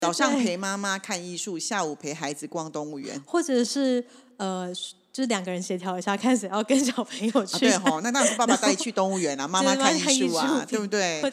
早上陪妈妈看艺术，下午陪孩子逛动物园， 或者是就是两个人协调一下，看谁要跟小朋友去。 对吼，那当然是爸爸带去动物园啊，妈妈看艺术啊，对不对？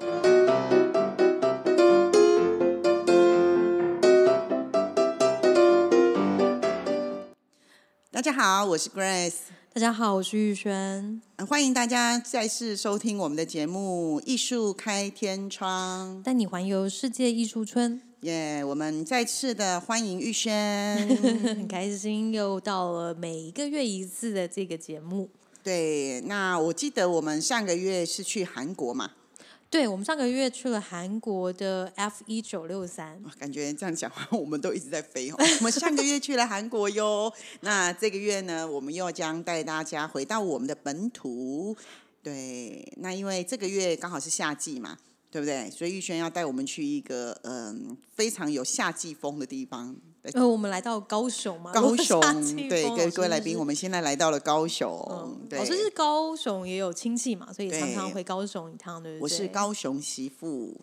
大家好，我是 Grace。 大家好，我是玉轩。 欢迎大家再次收听我们的节目《艺术开天窗》， 带你环游世界艺术村。 我们再次的欢迎玉轩， 很开心又到了每一个月一次的这个节目。 对，那我记得我们上个月是去韩国嘛？ 对，我们上个月去了韩国的 F1963， 感觉这样讲话，我们都一直在飞哦。我们上个月去了韩国哟，那这个月呢，我们又将带大家回到我们的本土。对，那因为这个月刚好是夏季嘛，对不对？所以玉轩要带我们去一个非常有夏季风的地方。 我们来到高雄嘛， 高雄对，各位来宾， 我我们现在来到了高雄。对， 老师是高雄也有亲戚嘛，所以常常回高雄一趟，对不对？ 我是高雄媳妇。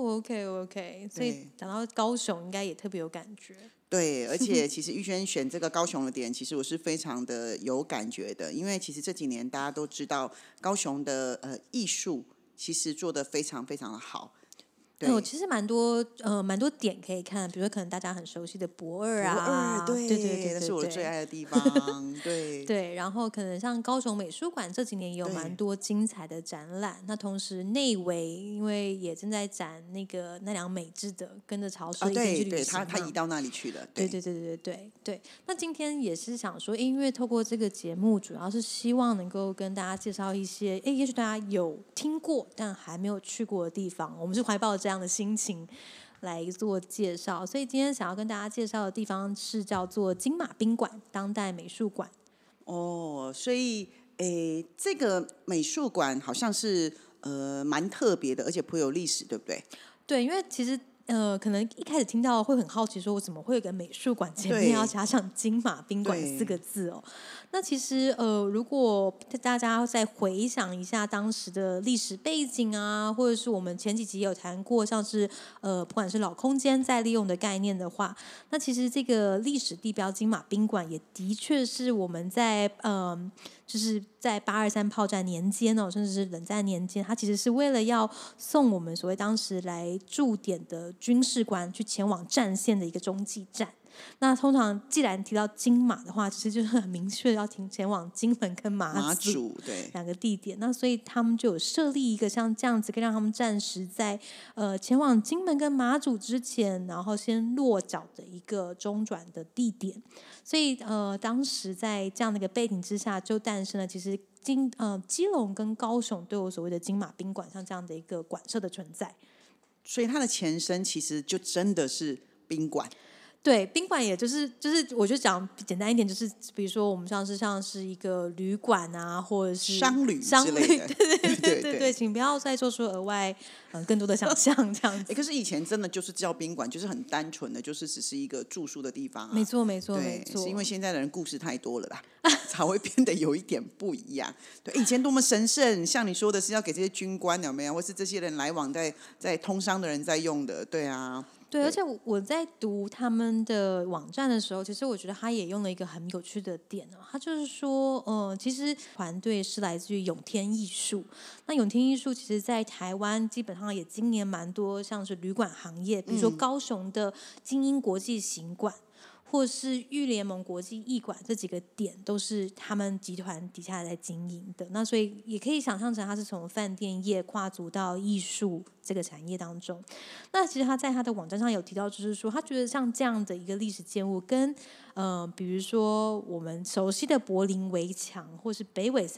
OK， 所以讲到高雄，应该也特别有感觉。 对，而且其实玉轩选这个高雄的点，其实我是非常的有感觉的，因为其实这几年大家都知道高雄的艺术其实做得非常非常的好。 对，其实蛮多点可以看，比如说可能大家很熟悉的博二啊， 对，那是我最爱的地方。对对，然后可能像高雄美术馆这几年也有蛮多精彩的展览。那同时内围因为也正在展那个奈良美智的跟着潮水一起去旅行， 他移到那里去了。 对。那今天也是想说，因为透过这个节目，主要是希望能够跟大家介绍一些，也许大家有听过但还没有去过的地方。我们是怀抱这样的心情来做介绍，所以今天想要跟大家介绍的地方是叫做金马宾馆当代美术馆。 所以这个美术馆好像是蛮特别的，而且颇有历史，对不对？ 对，因为其实可能一开始听到会很好奇，说我怎么会有个美术馆前面要加上金马宾馆4个字哦？那其实如果大家再回想一下当时的历史背景啊，或者是我们前几集有谈过，像是不管是老空间再利用的概念的话，那其实这个历史地标金马宾馆也的确是我们在就是在823炮战年间哦，甚至是冷战年间，它其实是为了要送我们所谓当时来驻点的军事官去前往战线的一个中继站。那通常既然提到金马的话，其实就是很明确要前往金门跟马祖对两个地点。那所以他们就有设立一个像这样子，可以让他们暂时在前往金门跟马祖之前，然后先落脚的一个中转的地点。所以当时在这样的一个背景之下，就诞生了其实基隆跟高雄都有所谓的金马宾馆，像这样的一个馆舍的存在。 所以它的前身其实就真的是宾馆。 对，宾馆也就是我就讲简单一点，就是比如说我们像是一个旅馆啊，或者是商旅之类的。 对，请不要再做出额外更多的想象这样子。 可是以前真的就是叫宾馆，就是很单纯的，就是只是一个住宿的地方啊。 没错， 是因为现在的人故事太多了啦，才会变得有一点不一样。对，以前多么神圣，像你说的是要给这些军官有没有，或是这些人来往在通商的人在用的，对啊。 对，而且我在读他们的网站的时候，其实我觉得他也用了一个很有趣的点哦，他就是说，其实团队是来自于永天艺术。那永天艺术其实在台湾基本上也今年蛮多，像是旅馆行业，比如说高雄的精英国际行馆，或是玉联盟国际艺馆，这几个点都是他们集团底下在经营的。那所以也可以想象成他是从饭店业跨足到艺术这个产业当中。那其实他在他的网站上有提到，就是说他觉得像这样的一个历史建物跟比如说我们熟悉的柏林围墙，或是北纬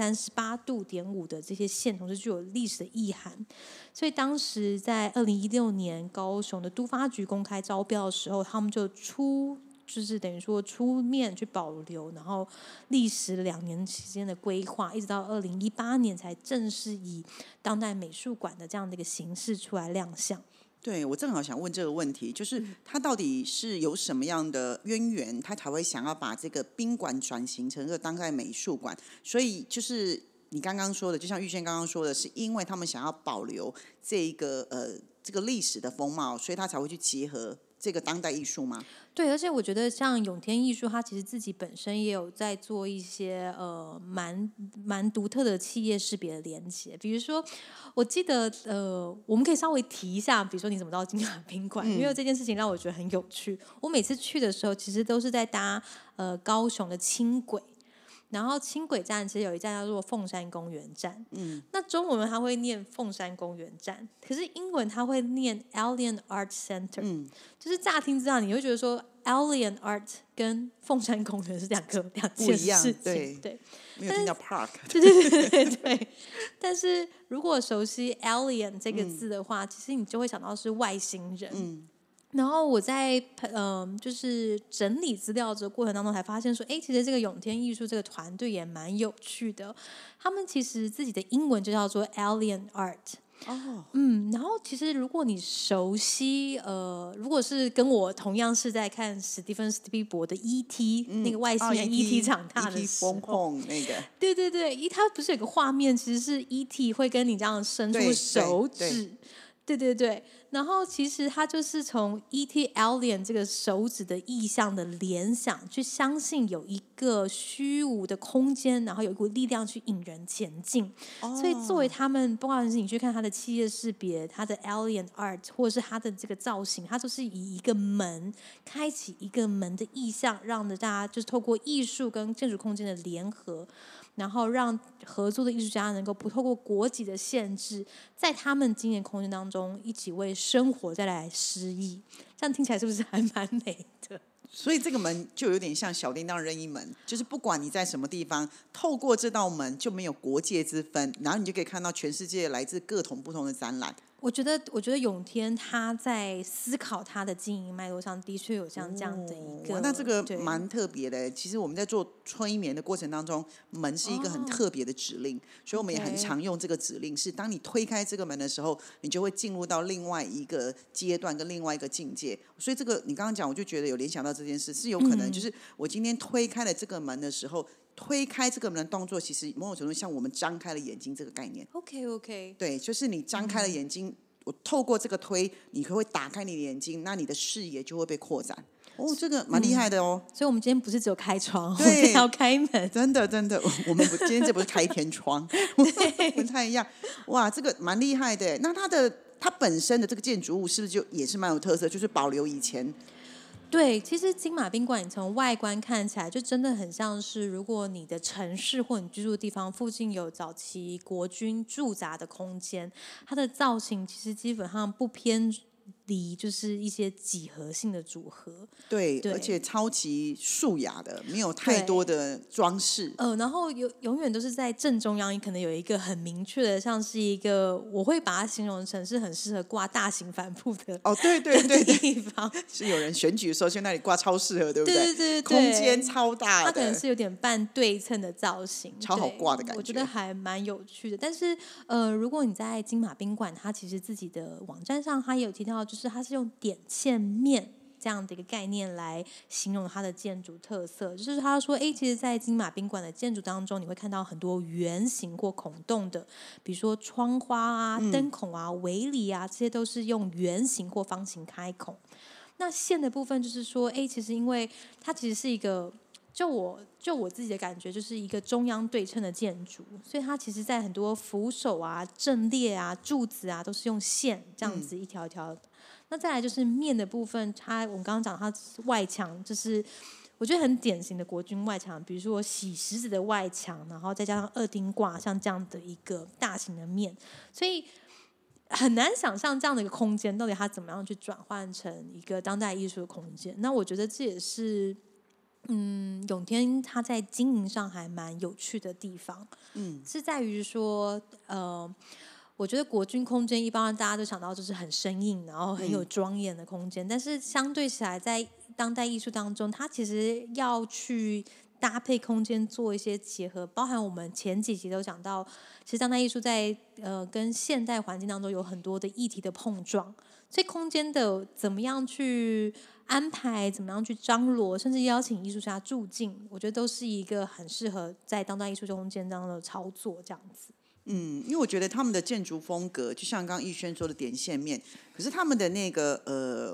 38°.5的这些线，同时具有历史的意涵。所以当时在2016年高雄的都发局公开招标的时候，他们就是等于说出面去保留，然后历时2年期间的规划，一直到2018年才正式以当代美术馆的这样的一个形式出来亮相。 对，我正好想问这个问题，就是他到底是有什么样的渊源，他才会想要把这个宾馆转型成一个当代美术馆？所以就是你刚刚说的，就像玉轩刚刚说的，是因为他们想要保留这个历史的风貌，所以他才会去结合这个当代艺术吗？ 对，而且我觉得像永天艺术，它其实自己本身也有在做一些蛮独特的企业识别的连接。比如说，我记得我们可以稍微提一下，比如说你怎么到金马宾馆，因为这件事情让我觉得很有趣。我每次去的时候，其实都是在搭高雄的轻轨。然后轻轨站其实有一站叫做凤山公园站，那中文它会念凤山公园站，可是英文它会念 Alien Art Center，就是乍听之下你会觉得说 Alien Art 跟凤山公园是两件事情，对， 没有听到 park， 对。但是如果熟悉 Alien 这个字的话，其实你就会想到是外星人，然后我在就是整理资料的过程当中，才发现说，哎，其实这个永天艺术这个团队也蛮有趣的。他们其实自己的英文就叫做 Alien Art。然后其实如果你熟悉如果是跟我同样是在看史蒂芬·史蒂伯的 E.T.、那个外星人 E.T. 长大的时候， 风控那个， 对，他不是有个画面，其实是 E.T. 会跟你这样伸出手指。对，然后其实他就是从 E.T. Alien 这个手指的意象的联想，去相信有一个虚无的空间，然后有一股力量去引人前进。所以作为他们，不管是你去看他的企业识别，他的 Alien Art， 或者是他的这个造型，他都是以一个门开启一个门的意象，让大家就是透过艺术跟建筑空间的联合。然后让合作的艺术家能够不透过国籍的限制，在他们经验空间当中一起为生活再来诗意，这样听起来是不是还蛮美的？ 所以这个门就有点像小叮当任意门，就是不管你在什么地方，透过这道门就没有国界之分，然后你就可以看到全世界来自各种不同的展览。 我觉得永天他在思考他的经营脉络上，的确有像这样的一个， 那这个蛮特别的。其实我们在做催眠的过程当中，门是一个很特别的指令，所以我们也很常用这个指令，是当你推开这个门的时候，你就会进入到另外一个阶段跟另外一个境界。所以这个你刚刚讲，我就觉得有联想到这件事，是有可能就是我今天推开了这个门的时候，推开这个门的动作，其实某种程度像我们张开了眼睛这个概念。 OK， 对，就是你张开了眼睛，我透过这个推，你会打开你的眼睛，那你的视野就会被扩展。这个蛮厉害的哦。 所以我们今天不是只有开窗，我们要开门。 真的，我们今天这不是开天窗，不太一样。哇，这个蛮厉害的。那它本身的这个建筑物是不是就也是蛮有特色，就是保留以前？ 对，其实金马宾馆你从外观看起来就真的很像是，如果你的城市或你居住的地方附近有早期国军驻扎的空间，它的造型其实基本上不偏离就是一些几何性的组合。 对，而且超级素雅的，没有太多的装饰。 然后永远都是在正中央，可能有一个很明确的，像是一个我会把它形容成是很适合挂大型帆布的对地方。 是有人选举的时候去那里挂超适合，对不对？ 对， 空间超大的， 它可能是有点半对称的造型， 超好挂的感觉。 我觉得还蛮有趣的。但是如果你在金马宾馆，它其实自己的网站上，它也有提到，就是它是用点线面这样的一个概念来形容它的建筑特色，就是他说，其实，在金马宾馆的建筑当中，你会看到很多圆形或孔洞的，比如说窗花啊、灯孔啊、围篱啊，这些都是用圆形或方形开孔。那线的部分就是说，其实因为它其实是一个，就我自己的感觉，就是一个中央对称的建筑，所以它其实在很多扶手啊、阵列啊、柱子啊，都是用线这样子一条一条的。那再来就是面的部分，我们刚刚讲它外墙，就是我觉得很典型的国军外墙，比如说洗石子的外墙，然后再加上二丁挂，像这样的一个大型的面，所以很难想象这样的一个空间到底它怎么样去转换成一个当代艺术的空间。那我觉得这也是永天他在经营上还蛮有趣的地方，是在于说我觉得国军空间一般大家都想到就是很生硬，然后很有庄严的空间，但是相对起来在当代艺术当中，它其实要去搭配空间做一些结合，包含我们前几集都讲到，其实当代艺术在跟现代环境当中有很多的议题的碰撞，所以空间的怎么样去安排，怎么样去张罗，甚至邀请艺术家住进，我觉得都是一个很适合在当代艺术空间当中的操作这样子。 因为我觉得他们的建筑风格就像刚刚逸轩说的点线面，可是他们的那个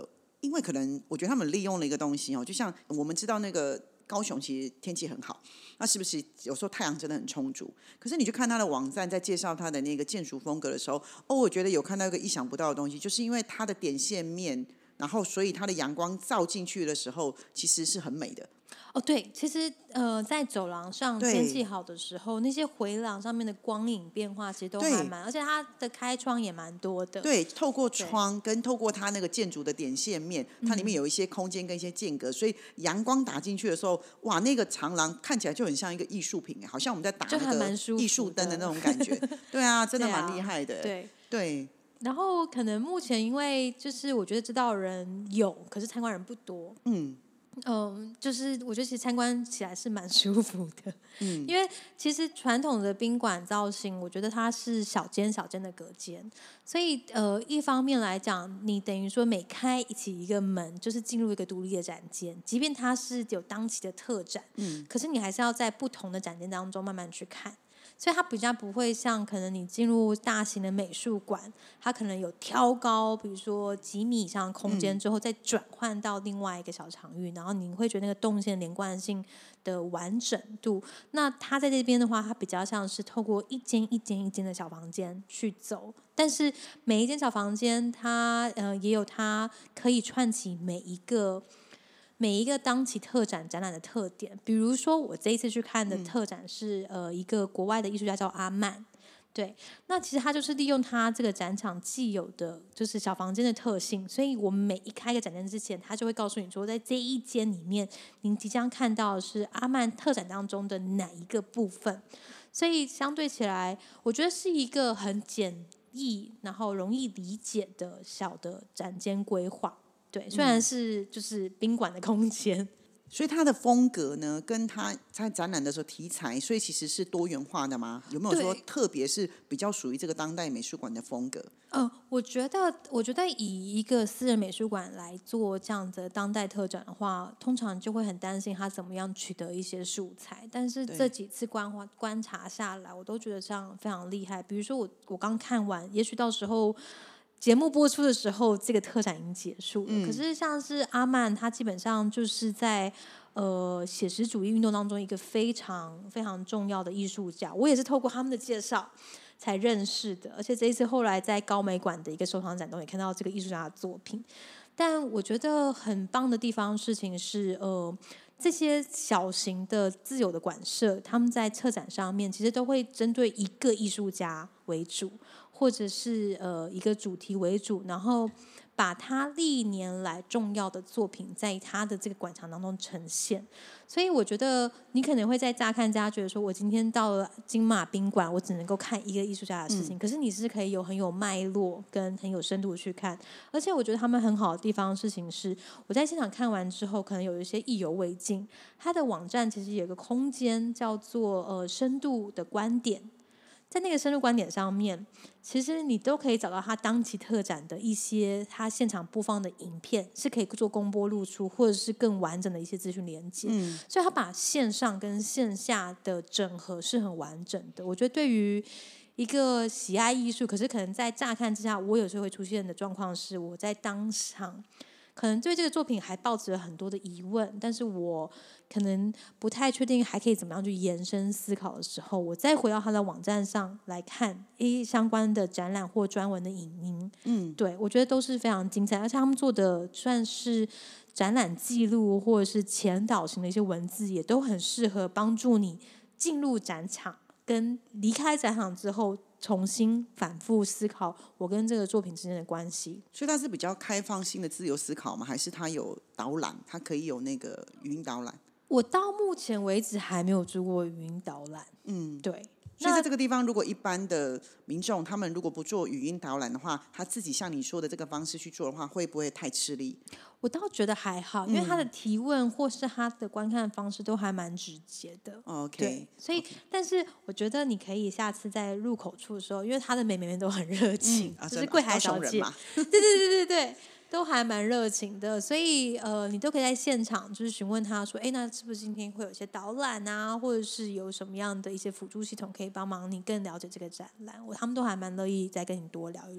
因为可能我觉得他们利用了一个东西就像我们知道那个高雄其实天气很好，那是不是有时候太阳真的很充足？可是你去看他的网站，在介绍他的那个建筑风格的时候，我觉得有看到一个意想不到的东西，就是因为它的点线面，然后所以它的阳光照进去的时候，其实是很美的。 对，其实在走廊上天气好的时候，那些回廊上面的光影变化其实都还蛮，而且它的开窗也蛮多的。 对，透过窗跟透过它那个建筑的点线面，它里面有一些空间跟一些间隔，所以阳光打进去的时候，哇，那个长廊看起来就很像一个艺术品，好像我们在打那个艺术灯的那种感觉。对啊，真的蛮厉害的。对。 然后可能目前因为就是我觉得知道的人有，可是参观人不多。就是我觉得其实参观起来是蛮舒服的。因为其实传统的宾馆造型，我觉得它是小间小间的隔间，所以一方面来讲，你等于说每开启一个门，就是进入一个独立的展间，即便它是有当期的特展，可是你还是要在不同的展间当中慢慢去看。所以它比较不会像可能你进入大型的美术馆，它可能有挑高，比如说几米以上的空间之后，再转换到另外一个小场域，然后你会觉得那个动线连贯性的完整度。那它在这边的话，它比较像是透过一间一间一间的小房间去走，但是每一间小房间它也有它可以串起每一个当期特展展览的特点。比如说我这一次去看的特展是一个国外的艺术家叫阿曼。对，那其实他就是利用他这个展场既有的就是小房间的特性，所以我们每一开个展间之前，他就会告诉你说，在这一间里面您即将看到的是阿曼特展当中的哪一个部分。所以相对起来，我觉得是一个很简易然后容易理解的小的展间规划。对，虽然是就是宾馆的空间， 所以它的风格呢，跟它在展览的时候题材，所以其实是多元化的吗？有没有说特别是比较属于这个当代美术馆的风格？ 我觉得以一个私人美术馆来做这样的当代特展的话，通常就会很担心他怎么样取得一些素材。但是这几次观察下来，我都觉得这样非常厉害。比如说我刚看完，也许到时候节目播出的时候，这个特展已经结束了。可是像是阿曼，他基本上就是在写实主义运动当中一个非常非常重要的艺术家。我也是透过他们的介绍才认识的，而且这一次后来在高美馆的一个收藏展中也看到这个艺术家的作品。但我觉得很棒的地方事情是这些小型的自有的馆舍，他们在策展上面其实都会针对一个艺术家为主，或者是一个主题为主，然后把他历年来重要的作品在他的这个馆藏当中呈现。所以我觉得你可能会在乍看之下觉得说，我今天到了金马宾馆，我只能够看一个艺术家的事情，可是你是可以有很有脉络跟很有深度去看。而且我觉得他们很好的地方事情是，我在现场看完之后，可能有一些意犹未尽。他的网站其实有一个空间叫做深度的观点，在那个深入观点上面，其实你都可以找到他当期特展的一些他现场播放的影片，是可以做公播露出，或者是更完整的一些资讯连接。所以他把线上跟线下的整合是很完整的。我觉得对于一个喜爱艺术，可是可能在乍看之下，我有时候会出现的状况是，我在当场可能对这个作品还抱持了很多的疑问，但是我可能不太确定还可以怎么样去延伸思考的时候，我再回到他的网站上来看相关的展览或专文的影音。对，我觉得都是非常精彩，而且他们做的算是展览记录或者是前导型的一些文字，也都很适合帮助你进入展场跟离开展场之后重新反复思考我跟这个作品之间的关系。 所以它是比较开放性的自由思考吗？还是它有导览？它可以有那个语音导览？ 我到目前为止还没有做过语音导览。对。 所以在这个地方，如果一般的民众他们如果不做语音导览的话，他自己像你说的这个方式去做的话，会不会太吃力？ 我倒觉得还好，因为他的提问或是他的观看方式都还蛮直接的。 OK， 对，所以但是我觉得你可以下次在入口处的时候，因为他的美眉们都很热情，就是柜台小姐，对，都还蛮热情的，所以你都可以在现场就是询问他说，那是不是今天会有一些导览啊，或者是有什么样的一些辅助系统可以帮忙你更了解这个展览？他们都还蛮乐意再跟你多聊一聊。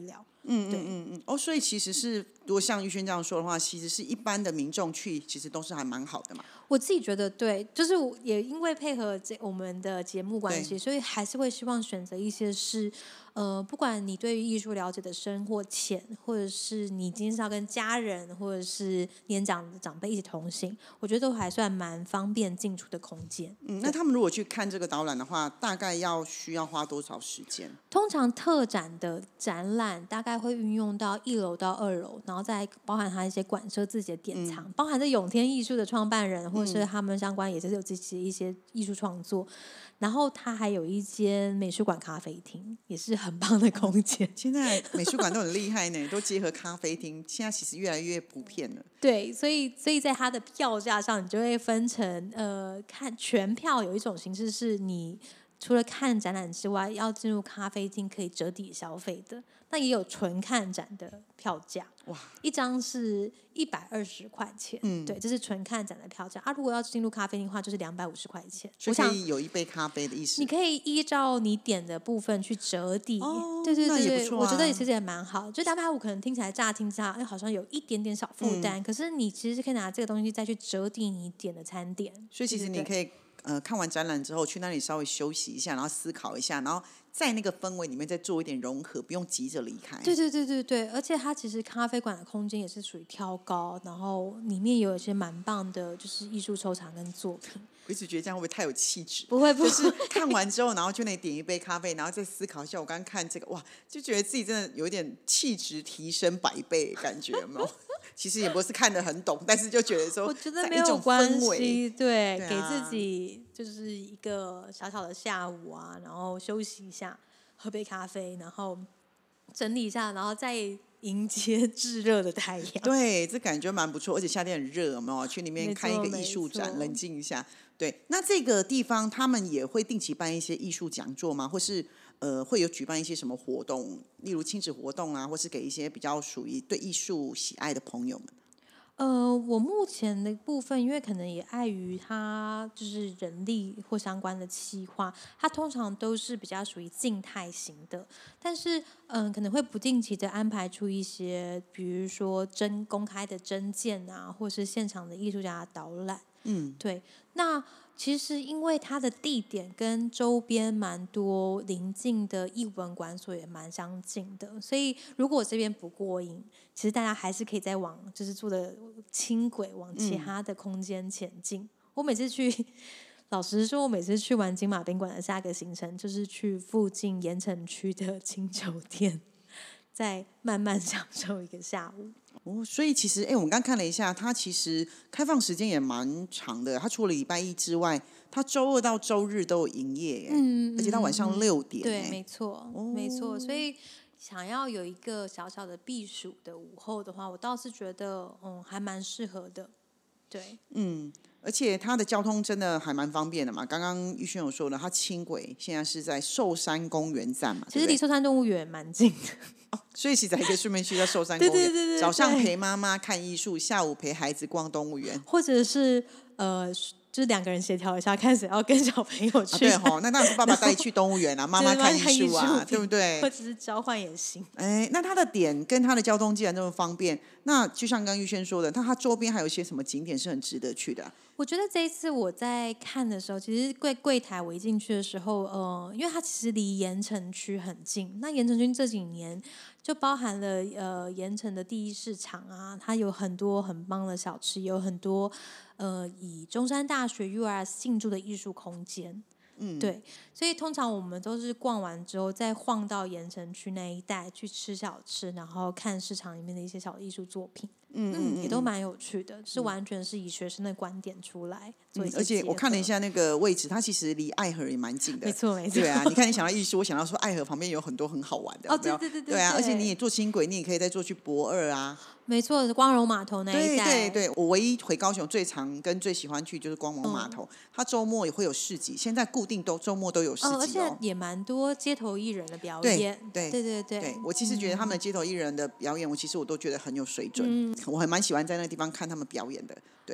所以其实是如果像玉轩这样说的话，其实是一般的民众去，其实都是还蛮好的嘛。 我自己觉得对，就是我也因为配合我们的节目关系，所以还是会希望选择一些是，不管你对于艺术了解的深或浅，或者是你今天是要跟家人或者是年长的长辈一起同行，我觉得都还算蛮方便进出的空间。 那他们如果去看这个导览的话，大概需要花多少时间？ 通常特展的展览大概会运用到1楼到2楼，然后再包含它一些馆舍自己的典藏，包含着永天艺术的创办人或是他们相关也是有自己的一些艺术创作，然后它还有一间美术馆咖啡厅，也是很棒的空间。 现在美术馆都很厉害呢，都结合咖啡厅，现在其实越来越普遍了。 对，所以在它的票价上，你就会分成看全票有一种形式是你除了看展览之外，要进入咖啡厅可以折抵消费的。那也有纯看展的票价， 哇， 一张是120块钱，对，这是纯看展的票价。如果要进入咖啡厅的话，就是250块钱。 所以可以有一杯咖啡的意思。 你可以依照你点的部分去折抵，对， 那也不错我觉得其实也蛮好。就250可能听起来乍听之下，好像有一点点小负担，可是你其实可以拿这个东西再去折抵你点的餐点。 所以其实你可以看完展览之后去那里稍微休息一下，然后思考一下，然后在那个氛围里面再做一点融合，不用急着离开。 对，而且它其实咖啡馆的空间也是属于挑高，然后里面有一些蛮棒的，就是艺术收藏跟作品。 我一直觉得这样会不会太有气质？ 不会， 就是看完之后，然后就那点一杯咖啡，然后再思考一下。我刚刚看这个，哇，就觉得自己真的有一点气质提升100倍的感觉，有没有？其实也不是看得很懂，但是就觉得说， 我觉得没有关系，对，给自己就是一个小小的下午啊，然后休息一下，喝杯咖啡，然后整理一下，然后再迎接炙热的太阳。 对，这感觉蛮不错，而且夏天很热，有没有？去里面看一个艺术展，冷静一下。对，那这个地方他们也会定期办一些艺术讲座吗？或是会有举办一些什么活动，例如亲子活动啊，或是给一些比较属于对艺术喜爱的朋友们？ 我目前的部分，因为可能也碍于它就是人力或相关的企划，它通常都是比较属于静态型的，但是可能会不定期的安排出一些，比如说公开的征件啊，或是现场的艺术家的导览。对，那其实因为它的地点跟周边蛮多邻近的艺文馆所也蛮相近的，所以如果这边不过瘾，其实大家还是可以再往就是坐的轻轨往其他的空间前进。我每次去，老实说，我每次去完金马宾馆的下个行程就是去附近盐埕区的清酒店，再慢慢享受一个下午。 所以其实，我们刚看了一下，它其实开放时间也蛮长的。它除了礼拜一之外，它周二到周日都有营业，而且到晚上6点。 对，没错，没错。所以想要有一个小小的避暑的午后的话，我倒是觉得，还蛮适合的。对， 而且它的交通真的还蛮方便的嘛。刚刚玉轩有说了，它轻轨现在是在寿山公园站嘛， 其实离寿山动物园蛮近的。 所以其实还可以顺便去到寿山公园， 对， 早上陪妈妈看艺术，下午陪孩子逛动物园， 或者是就是2个人协调一下，看谁要跟小朋友去。 对那当然是爸爸带去动物园啊，妈妈看艺术啊，对不对？ 或者是交换也行。 那它的点跟它的交通既然这么方便，那就像刚刚玉轩说的，它周边还有一些什么景点是很值得去的我觉得这一次我在看的时候，其实柜台我一进去的时候，因为它其实离盐埕区很近。那盐埕区这几年就包含了盐埕的第一市场啊，它有很多很棒的小吃，有很多以中山大学 URS 进驻的艺术空间。对，所以通常我们都是逛完之后再晃到盐埕区那一带去吃小吃，然后看市场里面的一些小的艺术作品。也都蛮有趣的，是完全是以学生的观点出来做一些而且我看了一下那个位置，它其实离爱河也蛮近的。 没错。 对啊，你看你想到艺术，我想到说爱河旁边有很多很好玩的。对啊，而且你也坐轻轨，你也可以再坐去駁二啊。 没错，光荣码头那一带。 对，我唯一回高雄最常跟最喜欢去就是光荣码头，它周末也会有市集，现在固定周末都有市集而且也蛮多街头艺人的表演。 对，我其实觉得他们的街头艺人的表演，我都觉得很有水准。我还蛮喜欢在那个地方看他们表演的。对，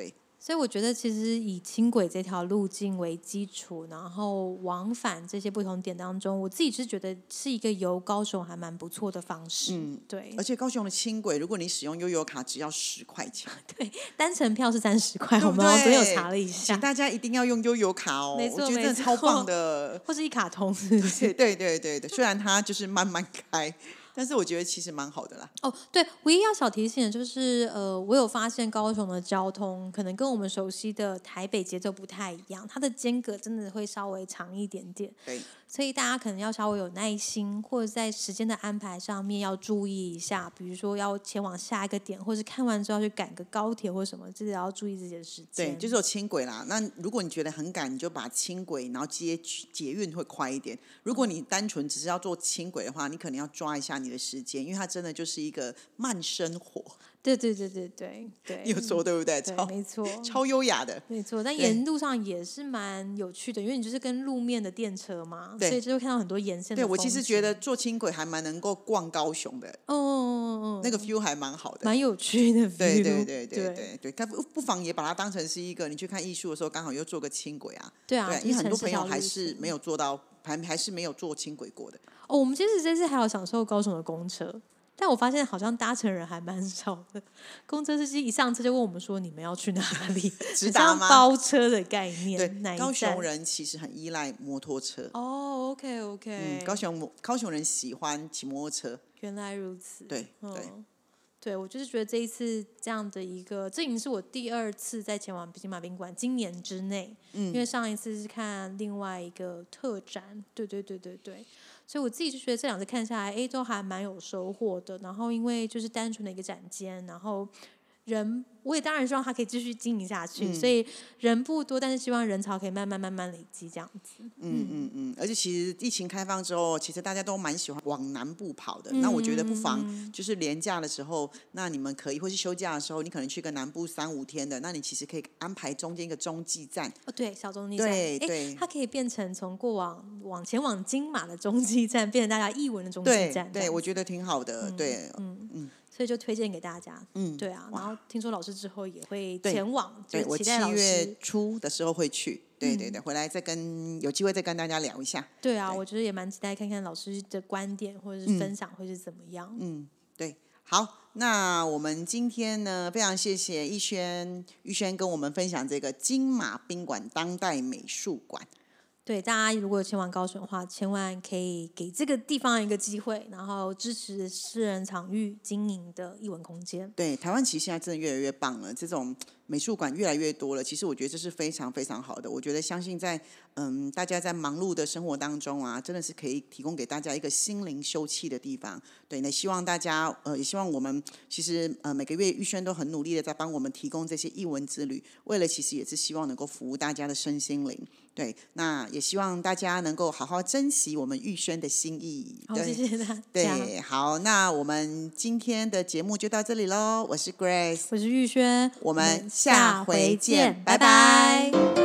所以我觉得其实以轻轨这条路径为基础，然后往返这些不同点当中，我自己是觉得是一个游高雄还蛮不错的方式。对， 而且高雄的轻轨，如果你使用悠游卡，只要10块钱。 对，单程票是30块， 对不对？ 我们昨天有查了一下， 请大家一定要用悠游卡哦， 没错， 我觉得真的超棒的， 或是一卡通，是不是？ 对，虽然它就是慢慢开。但是我觉得其实蛮好的啦。 哦，对，唯一要小提醒的就是，我有发现高雄的交通可能跟我们熟悉的台北节奏不太一样，它的间隔真的会稍微长一点点。 对， 所以大家可能要稍微有耐心，或者在时间的安排上面要注意一下，比如说要前往下一个点，或是看完之后要去赶个高铁或什么，这个要注意自己的时间。 对，就是有轻轨啦。那如果你觉得很赶，你就把轻轨，然后接捷运会快一点。如果你单纯只是要坐轻轨的话，你可能要抓一下你的时间，因为它真的就是一个慢生活。 对， 你有说对不对？ 对，没错， 超优雅的， 没错。但沿路上也是蛮有趣的，因为你就是跟路面的电车嘛，所以就会看到很多沿线的对， 风景。 我其实觉得坐轻轨还蛮能够逛高雄的，那个 feel 还蛮好的， 蛮有趣的 feel。 对，不妨也把它当成是一个你去看艺术的时候，刚好又坐个轻轨啊。 对啊， 因为很多朋友还是没有做到，还是没有坐轻轨过的。 哦，我们其实这次还有享受高雄的公车。但我发现好像搭乘人还蛮少的，公车司机一上车就问我们说：“你们要去哪里？” 直达吗？ 包车的概念。 对，高雄人其实很依赖摩托车。 哦，OK。 高雄人喜欢骑摩托车。 原来如此。 对， 我就是觉得这一次这样的一个，这已经是我第2次在前往金马宾馆，今年之内。因为上一次是看另外一个特展。对。所以我自己就觉得这2次看下来，都还蛮有收获的。然后因为就是单纯的一个展间，然后人我也当然希望它可以继续经营下去，所以人不多，但是希望人潮可以慢慢累积这样子。 而且其实疫情开放之后，其实大家都蛮喜欢往南部跑的。那我觉得不妨就是连假的时候，那你们可以或是休假的时候，你可能去个南部3-5天的，那你其实可以安排中间一个中继站。 对，小中继站。 对， 它可以变成从过往前往金马的中继站，变成大家艺文的中继站。 对，我觉得挺好的。对， 所以就推荐给大家。对啊，然后听说老师之后也会前往， 对，我7月初的时候会去。对，回来有机会再跟大家聊一下。 对啊，我觉得也蛮期待看看老师的观点或者是分享会是怎么样。 对，好，那我们今天呢，非常谢谢玉轩跟我们分享这个金马宾馆当代美术馆。 对，大家如果前往高雄的话，千万可以给这个地方一个机会，然后支持私人场域经营的艺文空间。 对，台湾其实现在真的越来越棒了，这种美术馆越来越多了。其实我觉得这是非常非常好的。我觉得相信在大家在忙碌的生活当中啊，真的是可以提供给大家一个心灵休憩的地方。对，那希望大家也希望我们其实每个月玉轩都很努力的在帮我们提供这些艺文之旅，为了其实也是希望能够服务大家的身心灵。对，那也希望大家能够好好珍惜我们玉轩的心意。 好，谢谢大家。 对，好，那我们今天的节目就到这里咯。我是 Grace， 我是玉轩， 我们下回见，拜拜。